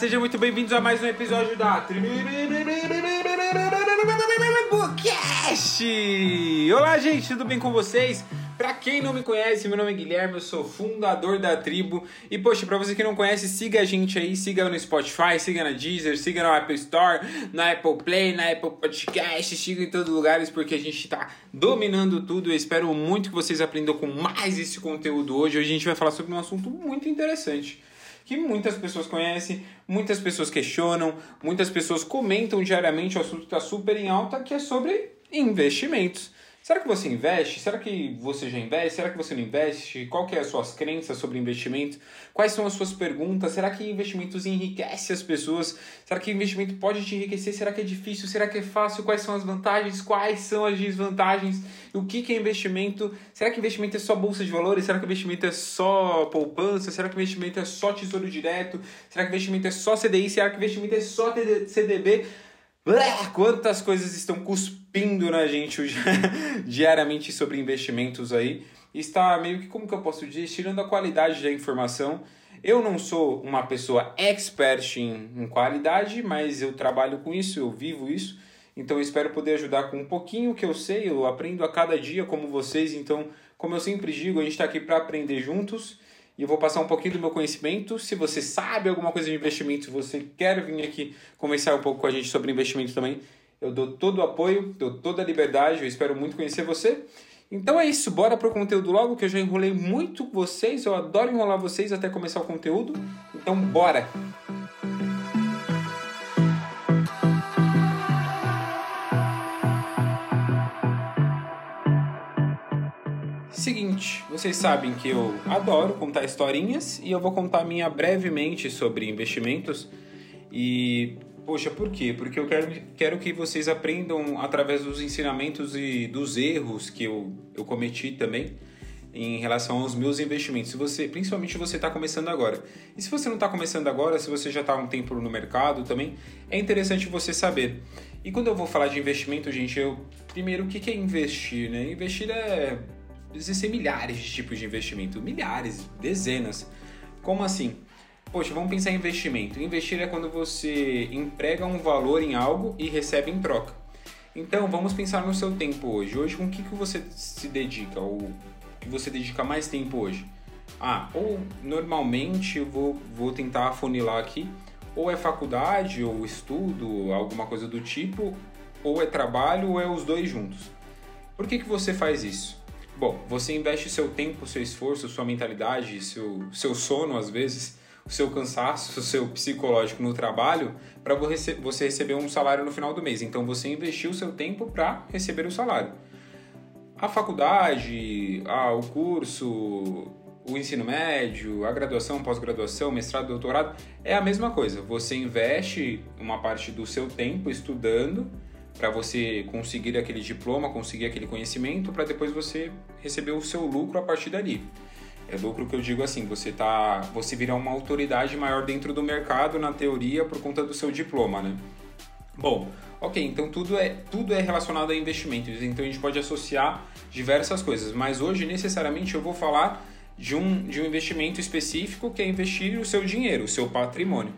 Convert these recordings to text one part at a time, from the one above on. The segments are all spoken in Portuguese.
Sejam muito bem-vindos a mais um episódio da Tribucast! Olá, gente, tudo bem com vocês? Pra quem não me conhece, meu nome é Guilherme, eu sou fundador da Tribo. E, poxa, pra você que não conhece, siga a gente aí, siga no Spotify, siga na Deezer, siga na Apple Store, na Apple Play, na Apple Podcast, siga em todos os lugares, porque a gente tá dominando tudo. Eu espero muito que vocês aprendam com mais esse conteúdo hoje. Hoje a gente vai falar sobre um assunto muito interessante, que muitas pessoas conhecem, muitas pessoas questionam, muitas pessoas comentam diariamente, o assunto está super em alta, que é sobre investimentos. Será que você investe? Será que você já investe? Será que você não investe? Qual que é as suas crenças sobre investimento? Quais são as suas perguntas? Será que investimentos enriquecem as pessoas? Será que investimento pode te enriquecer? Será que é difícil? Será que é fácil? Quais são as vantagens? Quais são as desvantagens? O que é investimento? Será que investimento é só bolsa de valores? Será que investimento é só poupança? Será que investimento é só tesouro direto? Será que investimento é só CDI? Será que investimento é só CDB? Quantas coisas estão cuspindo na gente diariamente sobre investimentos aí. Está meio que, como que eu posso dizer, tirando a qualidade da informação. Eu não sou uma pessoa expert em qualidade, mas eu trabalho com isso, eu vivo isso. Então eu espero poder ajudar com um pouquinho que eu sei, eu aprendo a cada dia como vocês. Então, como eu sempre digo, a gente está aqui para aprender juntos. E eu vou passar um pouquinho do meu conhecimento. Se você sabe alguma coisa de investimento, se você quer vir aqui conversar um pouco com a gente sobre investimento também, eu dou todo o apoio, dou toda a liberdade, eu espero muito conhecer você. Então é isso, bora pro conteúdo logo, que eu já enrolei muito vocês, eu adoro enrolar vocês até começar o conteúdo. Então bora! Seguinte, vocês sabem que eu adoro contar historinhas e eu vou contar a minha brevemente sobre investimentos. E, poxa, por quê? Porque eu quero que vocês aprendam através dos ensinamentos e dos erros que eu cometi também em relação aos meus investimentos. Principalmente você está começando agora. E se você não está começando agora, se você já está há um tempo no mercado também, é interessante você saber. E quando eu vou falar de investimento, gente, primeiro, o que é investir, né? Investir existem milhares de tipos de investimento, milhares, dezenas. Como assim? Poxa, vamos pensar em investimento. Investir é quando você emprega um valor em algo e recebe em troca. Então, vamos pensar no seu tempo hoje. Hoje, com o que você se dedica? Ou que você dedica mais tempo hoje? Ou normalmente eu vou tentar afunilar aqui. Ou é faculdade, ou estudo, alguma coisa do tipo. Ou é trabalho, ou é os dois juntos. Por que você faz isso? Bom, você investe seu tempo, seu esforço, sua mentalidade, seu sono às vezes, o seu cansaço, o seu psicológico no trabalho para você receber um salário no final do mês. Então você investiu o seu tempo para receber o salário. A faculdade, o curso, o ensino médio, a graduação, pós-graduação, mestrado, doutorado, é a mesma coisa. Você investe uma parte do seu tempo estudando para você conseguir aquele diploma, conseguir aquele conhecimento, para depois você receber o seu lucro a partir dali. É lucro que eu digo assim, você virar uma autoridade maior dentro do mercado, na teoria, por conta do seu diploma, né? Bom, ok, então tudo é relacionado a investimentos, então a gente pode associar diversas coisas, mas hoje necessariamente eu vou falar de um investimento específico, que é investir o seu dinheiro, o seu patrimônio.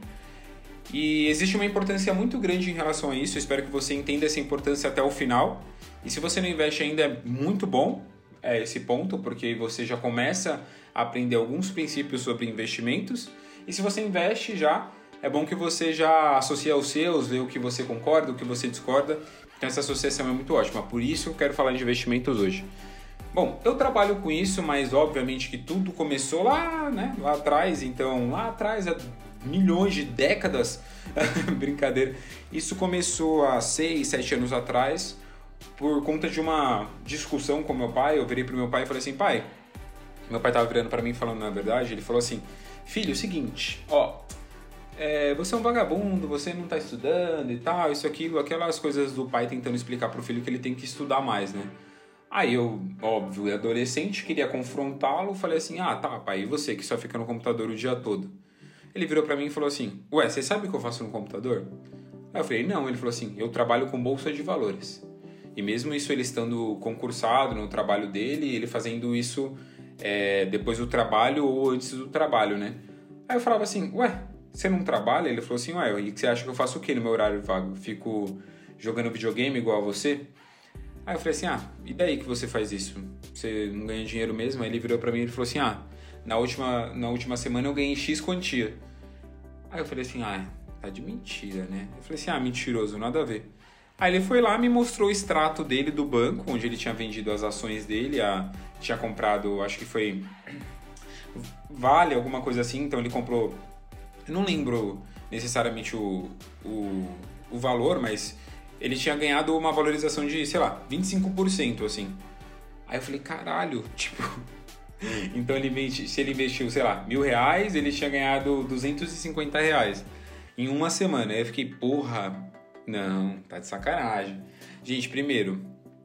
E existe uma importância muito grande em relação a isso, eu espero que você entenda essa importância até o final. E se você não investe ainda, é muito bom esse ponto, porque você já começa a aprender alguns princípios sobre investimentos. E se você investe já, é bom que você já associe aos seus, vê o que você concorda, o que você discorda. Então essa associação é muito ótima, por isso eu quero falar de investimentos hoje. Bom, eu trabalho com isso, mas obviamente que tudo começou lá atrás, então lá atrás, há milhões de décadas, brincadeira, isso começou há 6, 7 anos atrás, por conta de uma discussão com meu pai. Eu virei pro meu pai e falei assim, pai, meu pai tava virando para mim falando na verdade, ele falou assim, filho, é o seguinte, você é um vagabundo, você não tá estudando e tal, isso, aquilo, aquelas coisas do pai tentando explicar pro filho que ele tem que estudar mais, né? Aí eu, óbvio, adolescente, queria confrontá-lo, falei assim, tá, pai, e você que só fica no computador o dia todo? Ele virou pra mim e falou assim, você sabe o que eu faço no computador? Aí eu falei, não, ele falou assim, eu trabalho com bolsa de valores. E mesmo isso ele estando concursado no trabalho dele, ele fazendo isso depois do trabalho ou antes do trabalho, né? Aí eu falava assim, você não trabalha? Ele falou assim, ué, e você acha que eu faço o quê no meu horário vago? Fico jogando videogame igual a você? Aí eu falei assim, e daí que você faz isso? Você não ganha dinheiro mesmo? Aí ele virou pra mim e falou assim, na última semana eu ganhei X quantia. Aí eu falei assim, tá de mentira, né? Eu falei assim, mentiroso, nada a ver. Aí ele foi lá, me mostrou o extrato dele do banco, onde ele tinha vendido as ações dele, tinha comprado, acho que foi Vale, alguma coisa assim, então ele comprou, eu não lembro necessariamente o valor, mas ele tinha ganhado uma valorização de, sei lá, 25%, assim. Aí eu falei, caralho, tipo... Então se ele investiu, sei lá, R$1.000, ele tinha ganhado R$250 em uma semana. Aí eu fiquei, porra, não, tá de sacanagem. Gente, primeiro,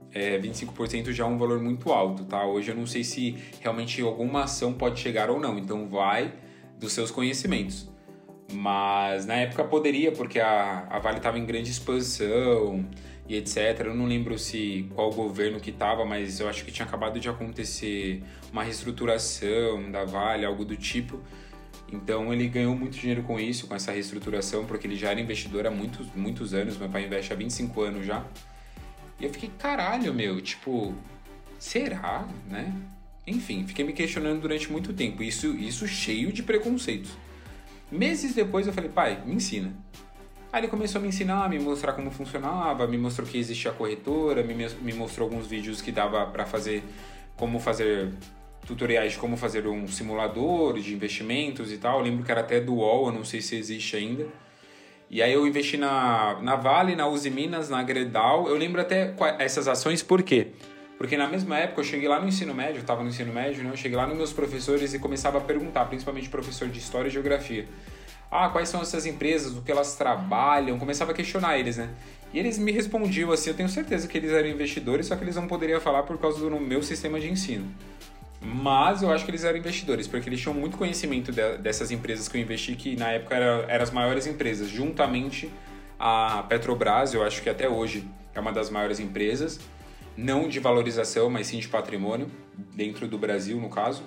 25% já é um valor muito alto, tá? Hoje eu não sei se realmente alguma ação pode chegar ou não, então vai dos seus conhecimentos. Mas na época poderia, porque a Vale estava em grande expansão e etc. Eu não lembro qual governo que estava, mas eu acho que tinha acabado de acontecer uma reestruturação da Vale, algo do tipo. Então ele ganhou muito dinheiro com isso, com essa reestruturação, porque ele já era investidor há muitos, muitos anos. Meu pai investe há 25 anos já. E eu fiquei, caralho, meu, tipo, será, né? Enfim, fiquei me questionando durante muito tempo. Isso cheio de preconceitos. Meses depois eu falei, pai, me ensina. Aí ele começou a me ensinar, me mostrar como funcionava, me mostrou que existia a corretora, me mostrou alguns vídeos que dava pra fazer, como fazer tutoriais de como fazer um simulador de investimentos e tal. Eu lembro que era até do UOL, eu não sei se existe ainda. E aí eu investi na Vale, na Uzi Minas, na Gerdau. Eu lembro até essas ações, por quê? Porque na mesma época eu cheguei lá no ensino médio, eu estava no ensino médio, né? Eu cheguei lá nos meus professores e começava a perguntar, principalmente professor de História e Geografia. Quais são essas empresas, o que elas trabalham? Começava a questionar eles, né? E eles me respondiam assim, eu tenho certeza que eles eram investidores, só que eles não poderiam falar por causa do meu sistema de ensino. Mas eu acho que eles eram investidores, porque eles tinham muito conhecimento dessas empresas que eu investi, que na época eram as maiores empresas, juntamente a Petrobras, eu acho que até hoje é uma das maiores empresas, não de valorização, mas sim de patrimônio, dentro do Brasil, no caso.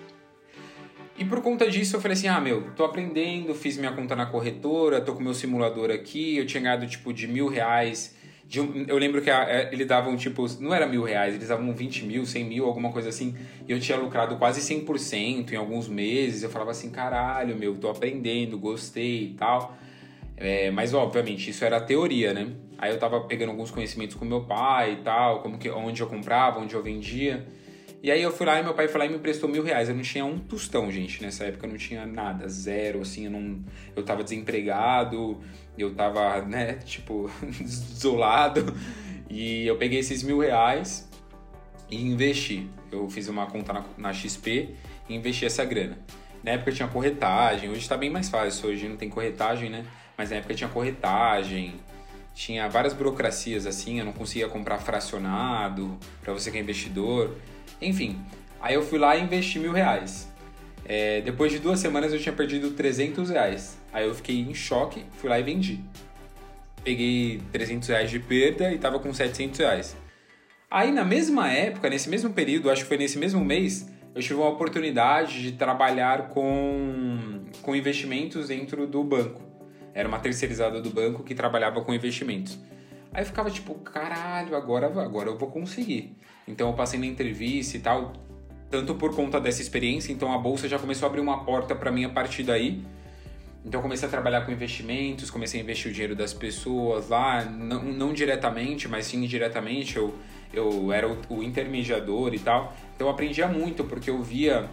E por conta disso eu falei assim, tô aprendendo, fiz minha conta na corretora, tô com meu simulador aqui, eu tinha ganhado tipo de R$1.000, eu lembro que eles davam tipo, não era R$1.000, eles davam 20 mil, 100 mil, alguma coisa assim, e eu tinha lucrado quase 100% em alguns meses. Eu falava assim, caralho, tô aprendendo, gostei e tal. Mas obviamente isso era a teoria, né? Aí eu tava pegando alguns conhecimentos com meu pai e tal, onde eu comprava, onde eu vendia. E aí eu fui lá e meu pai foi lá e me emprestou R$1.000. Eu não tinha um tostão, gente. Nessa época eu não tinha nada, zero, assim. Eu tava desempregado, eu tava, né, tipo, desolado. E eu peguei esses R$1.000 e investi. Eu fiz uma conta na XP e investi essa grana. Na época tinha corretagem, hoje tá bem mais fácil. Hoje não tem corretagem, né? Mas na época tinha corretagem, tinha várias burocracias, assim. Eu não conseguia comprar fracionado pra você que é investidor. Enfim, aí eu fui lá e investi R$1.000. Depois de 2 semanas eu tinha perdido R$300. Aí eu fiquei em choque, fui lá e vendi. Peguei R$300 de perda e tava com R$700. Aí na mesma época, nesse mesmo período, acho que foi nesse mesmo mês, eu tive uma oportunidade de trabalhar com investimentos dentro do banco. Era uma terceirizada do banco que trabalhava com investimentos. Aí eu ficava tipo, caralho, agora eu vou conseguir. Então eu passei na entrevista e tal, tanto por conta dessa experiência, então a bolsa já começou a abrir uma porta para mim a partir daí. Então eu comecei a trabalhar com investimentos, comecei a investir o dinheiro das pessoas lá, não diretamente, mas sim indiretamente, eu era o intermediador e tal. Então eu aprendia muito, porque eu via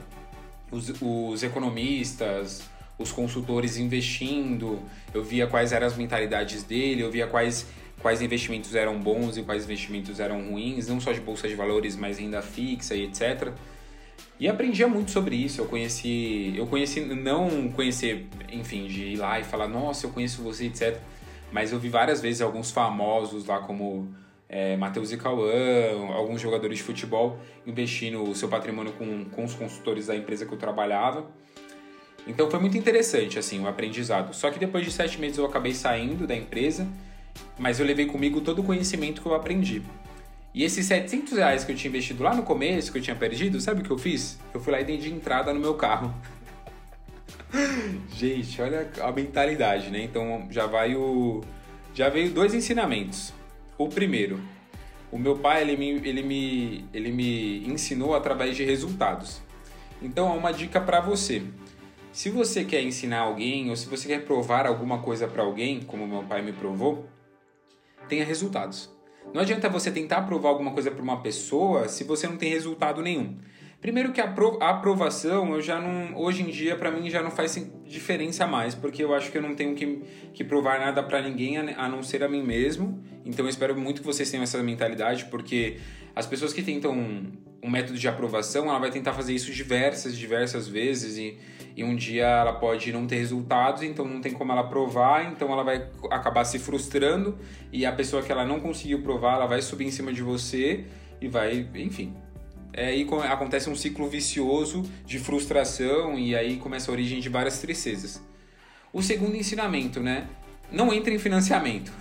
os economistas, os consultores investindo, eu via quais eram as mentalidades dele, eu via quais investimentos eram bons e quais investimentos eram ruins, não só de bolsa de valores, mas renda fixa e etc. E aprendia muito sobre isso. Eu conheci, não conhecer, enfim, de ir lá e falar, nossa, eu conheço você, etc. Mas eu vi várias vezes alguns famosos lá, como Matheus e Cauã, alguns jogadores de futebol, investindo o seu patrimônio com os consultores da empresa que eu trabalhava. Então foi muito interessante, assim, o aprendizado. Só que depois de 7 meses eu acabei saindo da empresa, mas eu levei comigo todo o conhecimento que eu aprendi. E esses R$700 que eu tinha investido lá no começo, que eu tinha perdido, sabe o que eu fiz? Eu fui lá e dei de entrada no meu carro. Gente, olha a mentalidade, né? Então já veio dois ensinamentos. O primeiro, o meu pai ele me ensinou através de resultados. Então, é uma dica para você. Se você quer ensinar alguém ou se você quer provar alguma coisa para alguém, como meu pai me provou, tenha resultados. Não adianta você tentar provar alguma coisa para uma pessoa se você não tem resultado nenhum. Primeiro que a aprovação, hoje em dia, para mim, já não faz diferença mais, porque eu acho que eu não tenho que provar nada para ninguém a não ser a mim mesmo. Então eu espero muito que vocês tenham essa mentalidade, porque as pessoas que tentam um método de aprovação, ela vai tentar fazer isso diversas vezes e um dia ela pode não ter resultados, então não tem como ela provar, então ela vai acabar se frustrando e a pessoa que ela não conseguiu provar, ela vai subir em cima de você e vai, enfim... aí acontece um ciclo vicioso de frustração e aí começa a origem de várias tristezas. O segundo ensinamento, né? Não entre em financiamento.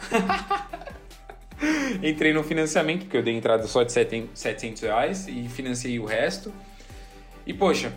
Entrei no financiamento, porque eu dei entrada só de R$700 e financiei o resto. E, poxa,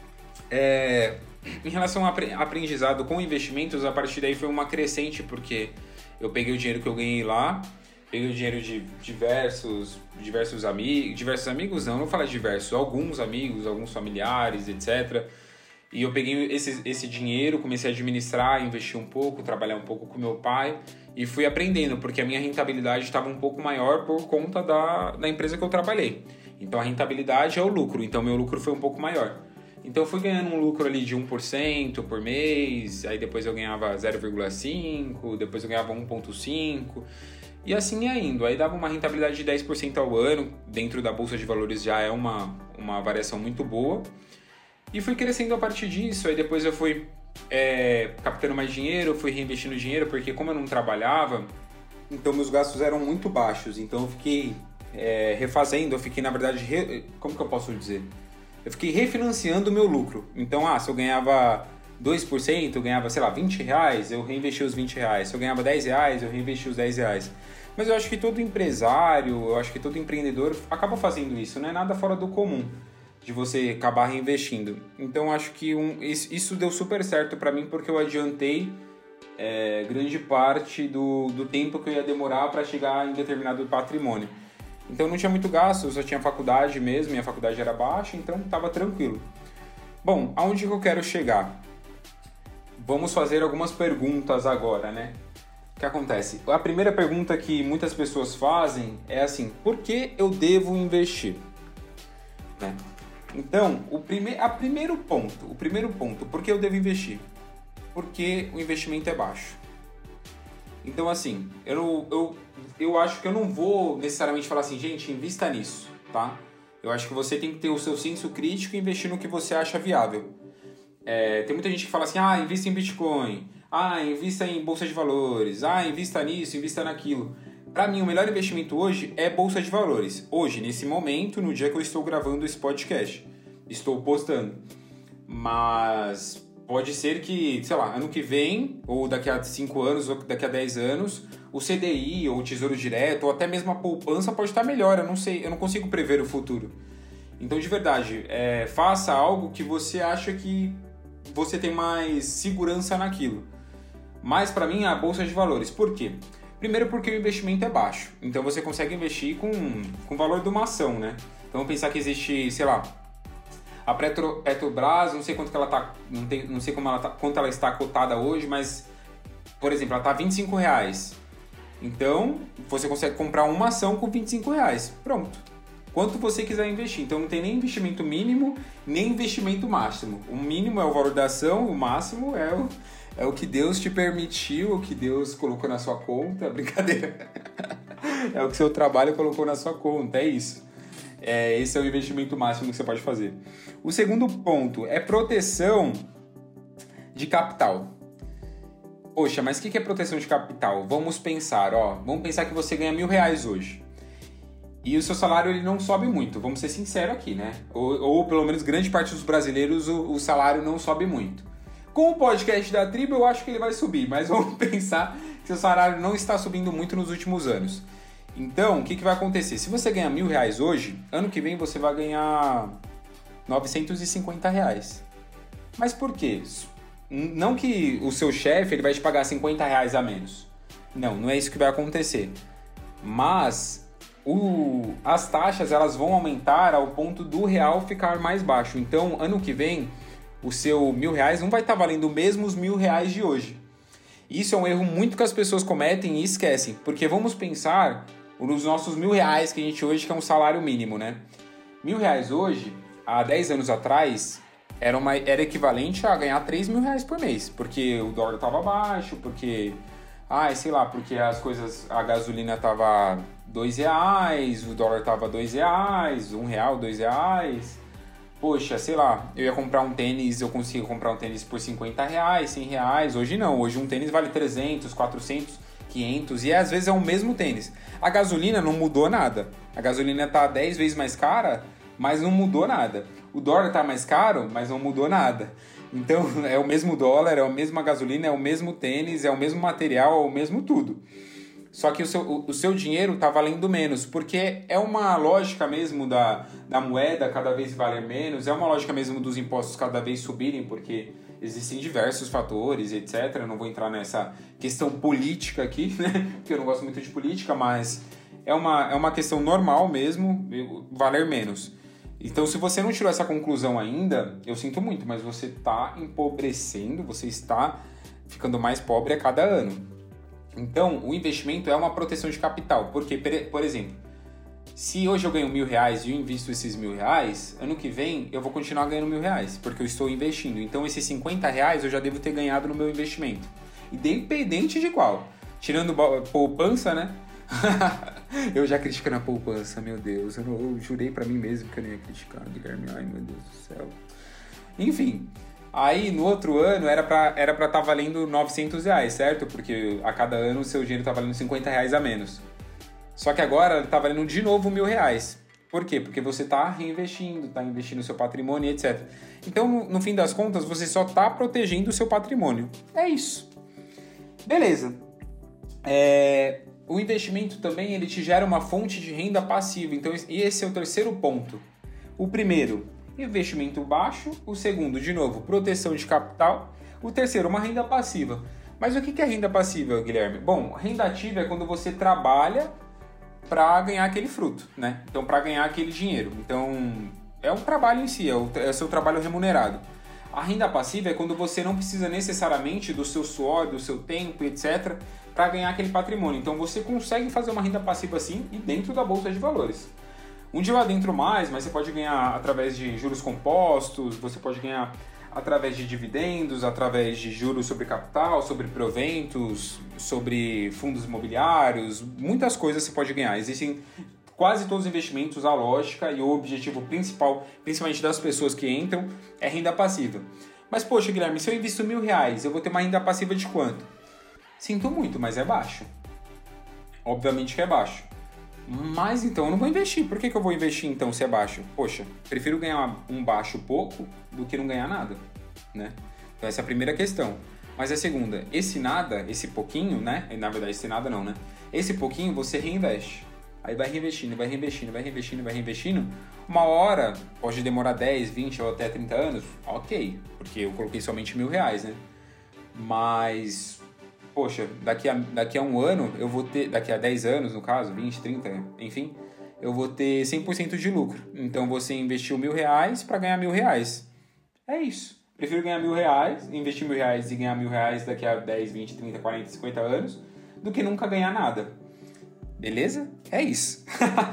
em relação ao aprendizado com investimentos, a partir daí foi uma crescente, porque eu peguei o dinheiro que eu ganhei lá, peguei o dinheiro de diversos amigos, não vou falar diversos, alguns amigos, alguns familiares, etc. E eu peguei esse dinheiro, comecei a administrar, investir um pouco, trabalhar um pouco com meu pai e fui aprendendo, porque a minha rentabilidade estava um pouco maior por conta da empresa que eu trabalhei. Então a rentabilidade é o lucro, então meu lucro foi um pouco maior. Então eu fui ganhando um lucro ali de 1% por mês, aí depois eu ganhava 0,5%, depois eu ganhava 1,5%. E assim ia indo, aí dava uma rentabilidade de 10% ao ano, dentro da Bolsa de Valores já é uma variação muito boa. E fui crescendo a partir disso, aí depois eu fui captando mais dinheiro, fui reinvestindo dinheiro, porque como eu não trabalhava, então meus gastos eram muito baixos, então eu fiquei refazendo, eu fiquei na verdade, como que eu posso dizer? Eu fiquei refinanciando o meu lucro. Então, se eu ganhava 2%, eu ganhava, sei lá, R$20, eu reinvesti os R$20. Se eu ganhava R$10, eu reinvesti os R$10. Mas eu acho que todo empresário, eu acho que todo empreendedor acaba fazendo isso, não é nada fora do comum de você acabar reinvestindo. Então, eu acho que isso deu super certo para mim, porque eu adiantei grande parte do tempo que eu ia demorar para chegar em determinado patrimônio. Então, não tinha muito gasto, eu só tinha faculdade mesmo, minha faculdade era baixa, então estava tranquilo. Bom, aonde que eu quero chegar? Vamos fazer algumas perguntas agora, né? O que acontece? A primeira pergunta que muitas pessoas fazem é assim: por que eu devo investir? Né? Então, o primeiro ponto, por que eu devo investir? Porque o investimento é baixo. Então, assim, eu acho que eu não vou necessariamente falar assim, gente, invista nisso, tá? Eu acho que você tem que ter o seu senso crítico e investir no que você acha viável. Tem muita gente que fala assim, invista em Bitcoin, invista em Bolsa de Valores, invista nisso, invista naquilo. Para mim, o melhor investimento hoje é Bolsa de Valores. Hoje, nesse momento, no dia que eu estou gravando esse podcast. Estou postando. Mas pode ser que, sei lá, ano que vem, ou daqui a 5 anos, ou daqui a 10 anos, o CDI, ou o Tesouro Direto, ou até mesmo a poupança pode estar melhor. Eu não sei, eu não consigo prever o futuro. Então, de verdade, faça algo que você acha que você tem mais segurança naquilo. Mas, para mim, a Bolsa de Valores. Por quê? Primeiro porque o investimento é baixo. Então, você consegue investir com o valor de uma ação, né? Então, vamos pensar que existe, sei lá, a Petrobras, não sei quanto que ela tá, não sei como ela tá, quanto ela está cotada hoje, mas, por exemplo, ela está R$25. Então, você consegue comprar uma ação com R$25. Pronto. Quanto você quiser investir. Então, não tem nem investimento mínimo, nem investimento máximo. O mínimo é o valor da ação, o máximo é o que Deus te permitiu, o que Deus colocou na sua conta. Brincadeira. É o que seu trabalho colocou na sua conta, é isso. Esse é o investimento máximo que você pode fazer. O segundo ponto é proteção de capital. Poxa, mas o que é proteção de capital? Vamos pensar, vamos pensar que você ganha R$1.000 hoje. E o seu salário ele não sobe muito, vamos ser sinceros aqui, né? Ou pelo menos grande parte dos brasileiros o salário não sobe muito. Com o podcast da tribo eu acho que ele vai subir, mas vamos pensar que seu salário não está subindo muito nos últimos anos. Então, o que vai acontecer? Se você ganha R$1.000 hoje, ano que vem você vai ganhar R$950. Mas por quê? Não que o seu chefe ele vai te pagar R$ 50 a menos. Não é isso que vai acontecer. Mas as taxas elas vão aumentar ao ponto do real ficar mais baixo. Então, ano que vem, o seu R$ 1.000 não vai estar valendo mesmo os R$ 1.000 de hoje. Isso é um erro muito que as pessoas cometem e esquecem. Porque vamos pensar nos nossos R$ 1.000 que a gente hoje, que é um salário mínimo, né? R$ 1.000 hoje, há 10 anos atrás, era equivalente a ganhar R$ 3.000 por mês. Porque o dólar estava baixo, porque... porque a gasolina tava R$ 2, o dólar tava R$ 2, R$1, R$2. Poxa, sei lá, eu ia comprar um tênis, eu consigo comprar um tênis por R$ 50, R$100. Hoje não, hoje um tênis vale 300, 400, 500 e às vezes é o mesmo tênis. A gasolina não mudou nada. A gasolina tá 10 vezes mais cara, mas não mudou nada. O dólar tá mais caro, mas não mudou nada. Então, é o mesmo dólar, é a mesma gasolina, é o mesmo tênis, é o mesmo material, é o mesmo tudo. Só que o seu dinheiro está valendo menos, porque é uma lógica mesmo da moeda cada vez valer menos, é uma lógica mesmo dos impostos cada vez subirem, porque existem diversos fatores, etc. Eu não vou entrar nessa questão política aqui, né? Porque eu não gosto muito de política, mas é uma questão normal mesmo valer menos. Então, se você não tirou essa conclusão ainda, eu sinto muito, mas você está empobrecendo, você está ficando mais pobre a cada ano. Então, o investimento é uma proteção de capital, porque, por exemplo, se hoje eu ganho R$ 1.000 e eu invisto esses R$ 1.000, ano que vem eu vou continuar ganhando R$ 1.000, porque eu estou investindo. Então, esses R$ 50 eu já devo ter ganhado no meu investimento. Independente de qual. Tirando poupança, né? Eu já criticando a poupança, meu Deus. Eu jurei pra mim mesmo que eu não ia criticar, Guilherme. Ai, meu Deus do céu. Enfim, aí no outro ano era pra estar valendo R$ 900, certo? Porque a cada ano o seu dinheiro tá valendo R$ 50 a menos. Só que agora tá valendo de novo R$ 1.000. Por quê? Porque você tá reinvestindo, tá investindo no seu patrimônio, etc. Então, no fim das contas, você só tá protegendo o seu patrimônio. É isso. Beleza. O investimento também ele te gera uma fonte de renda passiva. Então, esse é o terceiro ponto. O primeiro, investimento baixo. O segundo, de novo, proteção de capital. O terceiro, uma renda passiva. Mas o que é renda passiva, Guilherme? Bom, renda ativa é quando você trabalha para ganhar aquele fruto, né? Então, para ganhar aquele dinheiro. Então, é um trabalho em si, é seu trabalho remunerado. A renda passiva é quando você não precisa necessariamente do seu suor, do seu tempo, etc., para ganhar aquele patrimônio. Então você consegue fazer uma renda passiva assim e dentro da bolsa de valores. Um dia eu adentro mais, mas você pode ganhar através de juros compostos, você pode ganhar através de dividendos, através de juros sobre capital, sobre proventos, sobre fundos imobiliários, muitas coisas você pode ganhar. Existem quase todos os investimentos, a lógica e o objetivo principal, principalmente das pessoas que entram, é renda passiva. Mas, poxa, Guilherme, se eu invisto R$ 1.000, eu vou ter uma renda passiva de quanto? Sinto muito, mas é baixo. Obviamente que é baixo. Mas então eu não vou investir. Por que eu vou investir então se é baixo? Poxa, prefiro ganhar um baixo pouco do que não ganhar nada, né? Então essa é a primeira questão. Mas a segunda, esse nada, esse pouquinho, né? Na verdade, esse nada não, né? Esse pouquinho você reinveste. Aí vai reinvestindo, vai reinvestindo, vai reinvestindo, vai reinvestindo. Uma hora, pode demorar 10, 20 ou até 30 anos, ok. Porque eu coloquei somente R$ 1.000, né? Mas, poxa, daqui a um ano, eu vou ter... Daqui a 10 anos, no caso, 20, 30, enfim... Eu vou ter 100% de lucro. Então, você investiu R$ 1.000 para ganhar R$ 1.000. É isso. Prefiro ganhar R$ 1.000, investir R$ 1.000 e ganhar R$ 1.000 daqui a 10, 20, 30, 40, 50 anos, do que nunca ganhar nada. Beleza? É isso.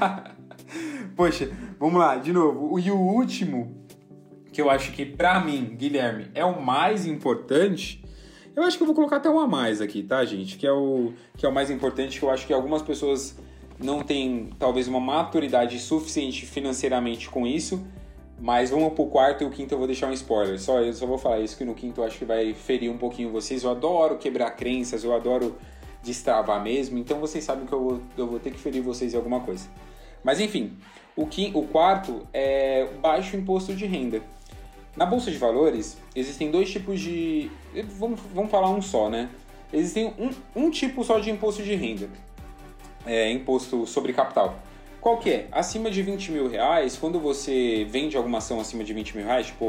Poxa, vamos lá, de novo. E o último, que eu acho que pra mim, Guilherme, é o mais importante, eu acho que eu vou colocar até um a mais aqui, tá, gente? Que é o mais importante, que eu acho que algumas pessoas não têm, talvez, uma maturidade suficiente financeiramente com isso, mas vamos pro quarto e o quinto eu vou deixar um spoiler. Eu só vou falar isso, que no quinto eu acho que vai ferir um pouquinho vocês. Eu adoro quebrar crenças, eu adoro destravar mesmo, então vocês sabem que eu vou ter que ferir vocês em alguma coisa. Mas enfim, o quarto é o baixo imposto de renda. Na Bolsa de Valores, existem dois tipos de... Vamos falar um só, né? Existem um tipo só de imposto de renda. Imposto sobre capital. Qual que é? Acima de R$ 20.000, quando você vende alguma ação acima de R$ 20.000, tipo,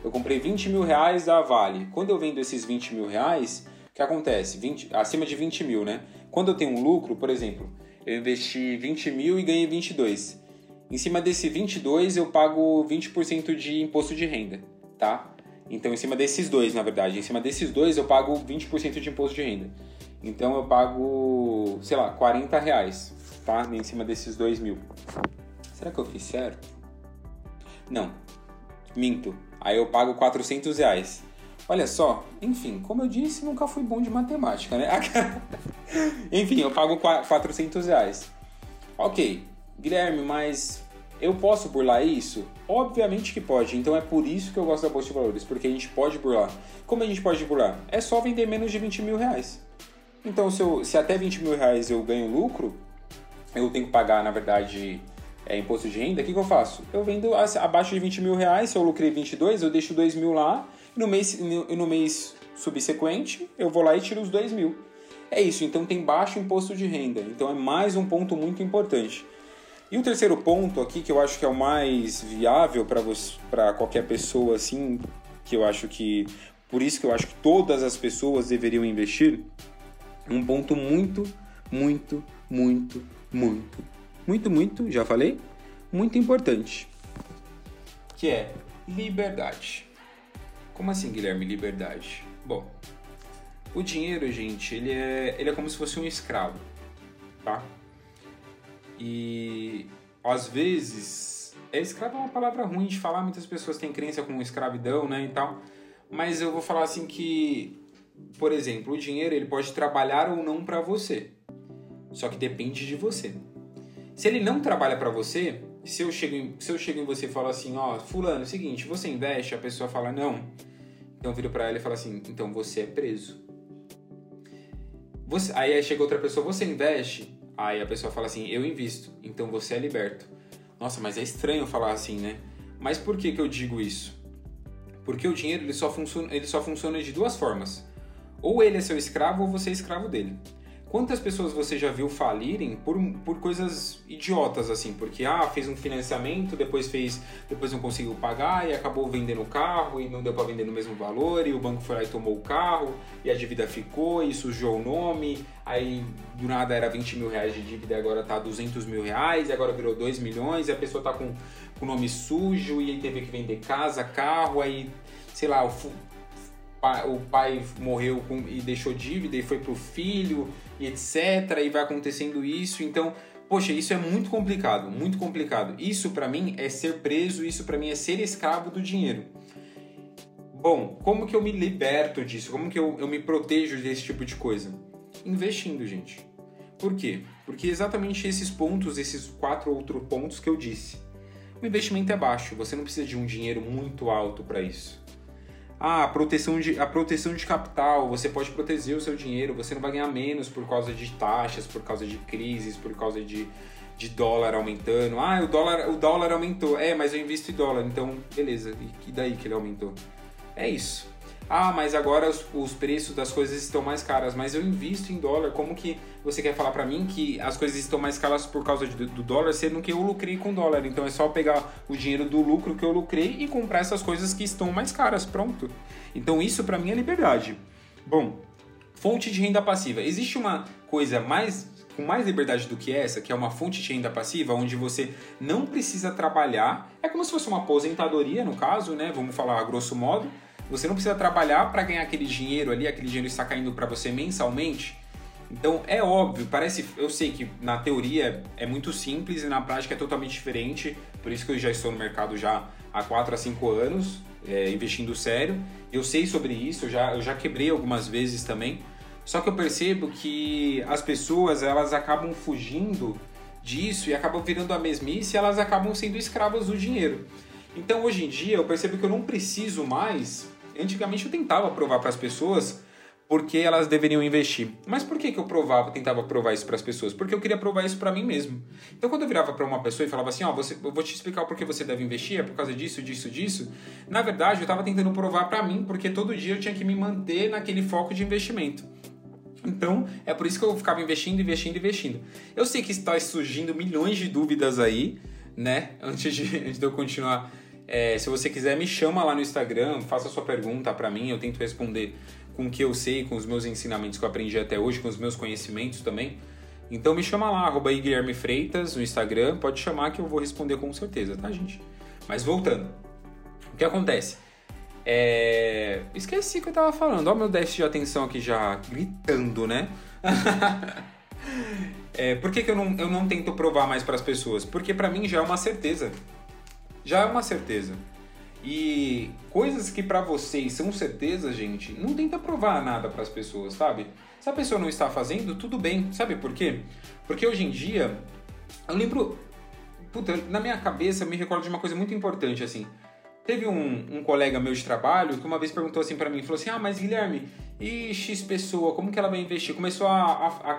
eu comprei 20 mil reais da Vale. Quando eu vendo esses 20 mil reais, o que acontece? Acima de 20 mil, né? Quando eu tenho um lucro, por exemplo, eu investi 20 mil e ganhei 22. Em cima desse 22, eu pago 20% de imposto de renda, tá? Então, em cima desses dois, na verdade, em cima desses dois, eu pago 20% de imposto de renda. Então, eu pago, sei lá, 40 reais, tá? Em cima desses 2 mil. Será que eu fiz certo? Não, minto. Aí eu pago 400 reais. Olha só, enfim, como eu disse, nunca fui bom de matemática, né? Enfim, eu pago 400 reais. Ok, Guilherme, mas eu posso burlar isso? Obviamente que pode. Então é por isso que eu gosto da Bolsa de Valores, porque a gente pode burlar. Como a gente pode burlar? É só vender menos de 20 mil reais. Então, se até 20 mil reais eu ganho lucro, eu tenho que pagar, na verdade, imposto de renda, o que eu faço? Eu vendo abaixo de 20 mil reais, se eu lucrei 22, eu deixo 2 mil lá, e no mês subsequente, eu vou lá e tiro os 2 mil. É isso, então tem baixo imposto de renda. Então é mais um ponto muito importante. E o terceiro ponto aqui, que eu acho que é o mais viável para qualquer pessoa, assim, que eu acho que... Por isso que eu acho que todas as pessoas deveriam investir, um ponto muito, já falei? Muito importante, que é liberdade. Como assim, Guilherme, liberdade? Bom, o dinheiro, gente, ele é como se fosse um escravo, tá? E às vezes, escravo é uma palavra ruim de falar, muitas pessoas têm crença com escravidão, né, e tal, mas eu vou falar assim que, por exemplo, o dinheiro ele pode trabalhar ou não para você, só que depende de você. Se ele não trabalha para você, se eu chego em você e falo assim, ó, fulano, é o seguinte, você investe? A pessoa fala não. Então eu viro para ela e falo assim, então você é preso. Aí chega outra pessoa, você investe? Aí a pessoa fala assim, eu invisto, então você é liberto. Nossa, mas é estranho falar assim, né? Mas por que eu digo isso? Porque o dinheiro ele só funciona de duas formas. Ou ele é seu escravo ou você é escravo dele. Quantas pessoas você já viu falirem por coisas idiotas, assim? Porque, fez um financiamento, depois não conseguiu pagar e acabou vendendo o carro e não deu para vender no mesmo valor e o banco foi lá e tomou o carro e a dívida ficou e sujou o nome, aí do nada era 20 mil reais de dívida e agora tá 200 mil reais e agora virou 2 milhões e a pessoa tá com o nome sujo e aí teve que vender casa, carro, aí, sei lá, o pai morreu e deixou dívida e foi pro filho e etc. E vai acontecendo isso. Então, poxa, isso é muito complicado, muito complicado. Isso pra mim é ser preso, isso pra mim é ser escravo do dinheiro. Bom, como que eu me liberto disso? Como que eu me protejo desse tipo de coisa? Investindo, gente. Por quê? Porque exatamente esses 4 outros pontos que eu disse. O investimento é baixo, você não precisa de um dinheiro muito alto para isso. A proteção de capital, você pode proteger o seu dinheiro, você não vai ganhar menos por causa de taxas, por causa de crises, por causa de dólar aumentando. O dólar aumentou, mas eu invisto em dólar, então beleza, e daí que ele aumentou? É isso. Mas agora os preços das coisas estão mais caras, mas eu invisto em dólar. Como que você quer falar pra mim que as coisas estão mais caras por causa do dólar, sendo que eu lucrei com dólar? Então é só pegar o dinheiro do lucro que eu lucrei e comprar essas coisas que estão mais caras, pronto. Então isso pra mim é liberdade. Bom, fonte de renda passiva. Existe uma coisa com mais liberdade do que essa, que é uma fonte de renda passiva, onde você não precisa trabalhar. É como se fosse uma aposentadoria, no caso, né? Vamos falar a grosso modo. Você não precisa trabalhar para ganhar aquele dinheiro ali, aquele dinheiro está caindo para você mensalmente. Então é óbvio, eu sei que na teoria é muito simples e na prática é totalmente diferente. Por isso que eu já estou no mercado já há 4 a 5 anos, investindo sério. Eu sei sobre isso, eu já quebrei algumas vezes também. Só que eu percebo que as pessoas elas acabam fugindo disso e acabam virando a mesmice e elas acabam sendo escravas do dinheiro. Então hoje em dia eu percebo que eu não preciso mais. Antigamente eu tentava provar para as pessoas porque elas deveriam investir. Mas por que eu tentava provar isso para as pessoas? Porque eu queria provar isso para mim mesmo. Então quando eu virava para uma pessoa e falava assim, eu vou te explicar por que você deve investir, é por causa disso, disso, disso. Na verdade eu estava tentando provar para mim, porque todo dia eu tinha que me manter naquele foco de investimento. Então é por isso que eu ficava investindo. Eu sei que está surgindo milhões de dúvidas aí, né? Antes de eu continuar Se você quiser, me chama lá no Instagram, faça sua pergunta para mim, eu tento responder com o que eu sei, com os meus ensinamentos que eu aprendi até hoje, com os meus conhecimentos também. Então me chama lá, @Guilherme Freitas no Instagram, pode chamar que eu vou responder com certeza, tá, gente? Mas voltando, o que acontece? Esqueci o que eu tava falando, ó, meu déficit de atenção aqui já gritando, né? Por que eu não tento provar mais para as pessoas? Porque para mim já é uma certeza. Já é uma certeza. E coisas que pra vocês são certeza, gente, não tenta provar nada pras pessoas, sabe? Se a pessoa não está fazendo, tudo bem. Sabe por quê? Porque hoje em dia, eu lembro... Puta, na minha cabeça, eu me recordo de uma coisa muito importante, assim. Teve um colega meu de trabalho que uma vez perguntou assim pra mim, falou assim, mas Guilherme, e X pessoa, como que ela vai investir? Começou a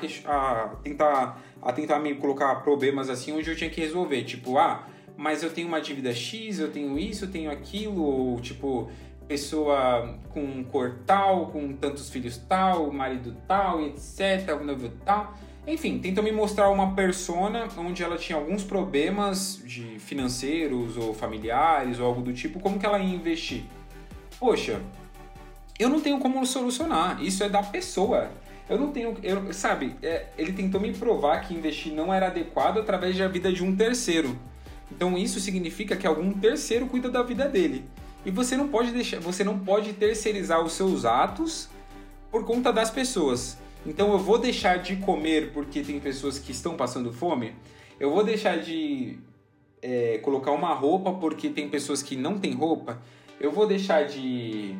tentar me colocar problemas assim, onde eu tinha que resolver, tipo, mas eu tenho uma dívida X, eu tenho isso, eu tenho aquilo, ou tipo, pessoa com cor tal, com tantos filhos tal, marido tal, etc, noivo tal. Enfim, tentou me mostrar uma persona onde ela tinha alguns problemas de financeiros ou familiares ou algo do tipo, como que ela ia investir. Poxa, eu não tenho como solucionar, isso é da pessoa. Eu não tenho, sabe, ele tentou me provar que investir não era adequado através da vida de um terceiro. Então isso significa que algum terceiro cuida da vida dele. E você não pode terceirizar os seus atos por conta das pessoas. Então eu vou deixar de comer porque tem pessoas que estão passando fome? Eu vou deixar de colocar uma roupa porque tem pessoas que não têm roupa? Eu vou deixar de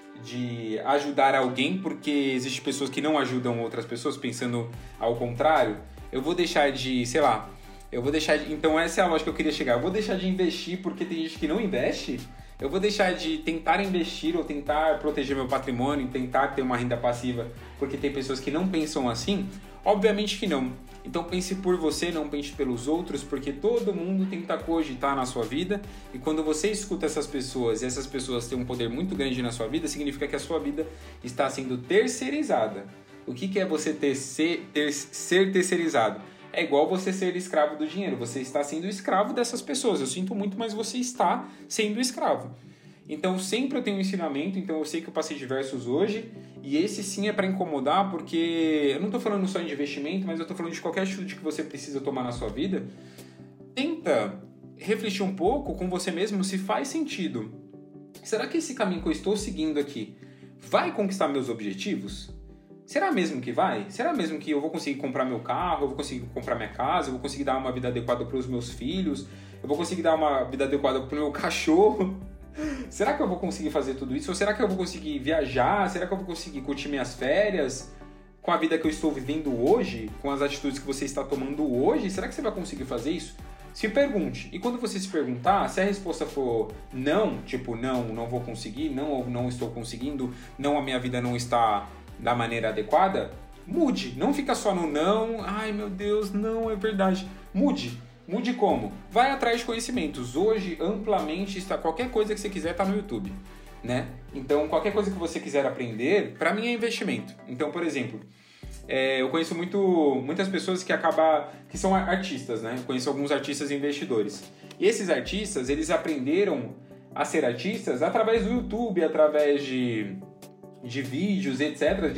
ajudar alguém porque existem pessoas que não ajudam outras pessoas, pensando ao contrário? Eu vou deixar de, sei lá... Então essa é a lógica que eu queria chegar. Eu vou deixar de investir porque tem gente que não investe? Eu vou deixar de tentar investir ou tentar proteger meu patrimônio, tentar ter uma renda passiva porque tem pessoas que não pensam assim? Obviamente que não. Então pense por você, não pense pelos outros, porque todo mundo tenta cogitar na sua vida, e quando você escuta essas pessoas e essas pessoas têm um poder muito grande na sua vida, significa que a sua vida está sendo terceirizada. O que é você ser terceirizado? É igual você ser escravo do dinheiro. Você está sendo escravo dessas pessoas. Eu sinto muito, mas você está sendo escravo. Então, sempre eu tenho um ensinamento. Então, eu sei que eu passei diversos hoje. E esse sim é para incomodar, porque eu não estou falando só de investimento, mas eu estou falando de qualquer atitude que você precisa tomar na sua vida. Tenta refletir um pouco com você mesmo se faz sentido. Será que esse caminho que eu estou seguindo aqui vai conquistar meus objetivos? Será mesmo que vai? Será mesmo que eu vou conseguir comprar meu carro, eu vou conseguir comprar minha casa, eu vou conseguir dar uma vida adequada para os meus filhos, eu vou conseguir dar uma vida adequada para o meu cachorro? Será que eu vou conseguir fazer tudo isso? Ou será que eu vou conseguir viajar? Será que eu vou conseguir curtir minhas férias com a vida que eu estou vivendo hoje? Com as atitudes que você está tomando hoje? Será que você vai conseguir fazer isso? Se pergunte. E quando você se perguntar, se a resposta for não, tipo não vou conseguir, não estou conseguindo, não, a minha vida não está da maneira adequada, mude. Não fica só no não, ai meu Deus, não, é verdade. Mude. Mude como? Vai atrás de conhecimentos. Hoje, amplamente, qualquer coisa que você quiser está no YouTube, né? Então, qualquer coisa que você quiser aprender, para mim é investimento. Então, por exemplo, eu conheço muitas pessoas que são artistas, né? Eu conheço alguns artistas e investidores. E esses artistas, eles aprenderam a ser artistas através do YouTube, através de vídeos, etc.,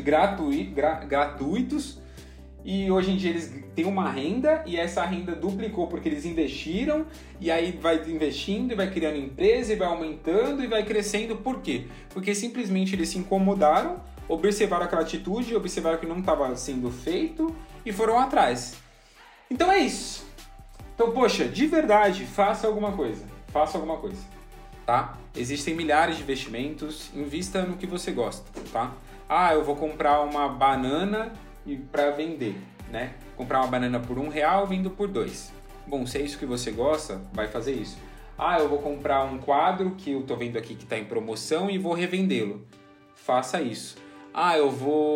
gratuitos, e hoje em dia eles têm uma renda, e essa renda duplicou porque eles investiram, e aí vai investindo, e vai criando empresa, e vai aumentando, e vai crescendo. Por quê? Porque simplesmente eles se incomodaram, observaram aquela atitude, observaram que não estava sendo feito, e foram atrás. Então é isso. Então, poxa, de verdade, faça alguma coisa. Tá? Existem milhares de investimentos, invista no que você gosta, tá? Eu vou comprar uma banana para vender, né? Comprar uma banana por R$1, vendo por 2. Bom, se é isso que você gosta, vai fazer isso. Eu vou comprar um quadro que eu tô vendo aqui que está em promoção e vou revendê-lo. Faça isso. Eu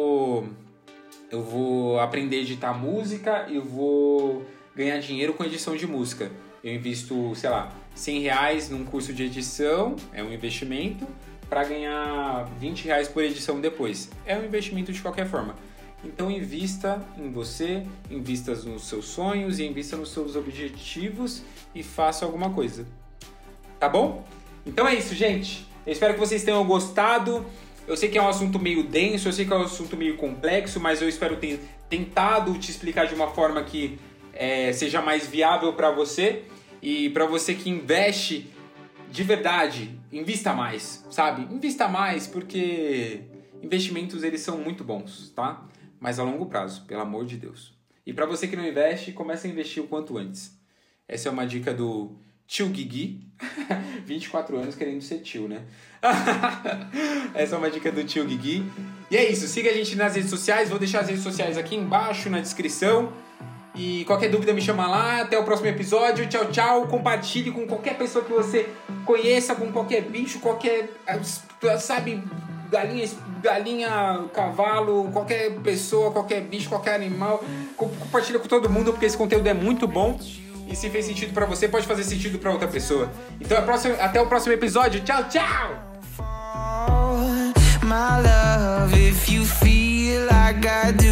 vou aprender a editar música e vou ganhar dinheiro com edição de música. Eu invisto, sei lá, R$100 num curso de edição, é um investimento, para ganhar R$20 por edição depois. É um investimento de qualquer forma. Então invista em você, invista nos seus sonhos e invista nos seus objetivos e faça alguma coisa. Tá bom? Então é isso, gente. Eu espero que vocês tenham gostado. Eu sei que é um assunto meio denso, eu sei que é um assunto meio complexo, mas eu espero ter tentado te explicar de uma forma que seja mais viável para você. E para você que investe de verdade, invista mais, sabe? Invista mais porque investimentos eles são muito bons, tá? Mas a longo prazo, pelo amor de Deus. E para você que não investe, comece a investir o quanto antes. Essa é uma dica do tio Guigui. 24 anos querendo ser tio, né? Essa é uma dica do tio Guigui. E é isso, siga a gente nas redes sociais. Vou deixar as redes sociais aqui embaixo na descrição. E qualquer dúvida me chama lá. Até o próximo episódio. Tchau, tchau. Compartilhe com qualquer pessoa que você conheça, com qualquer bicho, qualquer... Sabe, galinha, cavalo, qualquer pessoa, qualquer bicho, qualquer animal. Compartilha com todo mundo porque esse conteúdo é muito bom. E se fez sentido pra você, pode fazer sentido pra outra pessoa. Então até o próximo episódio. Tchau, tchau! My love, if you feel like I do.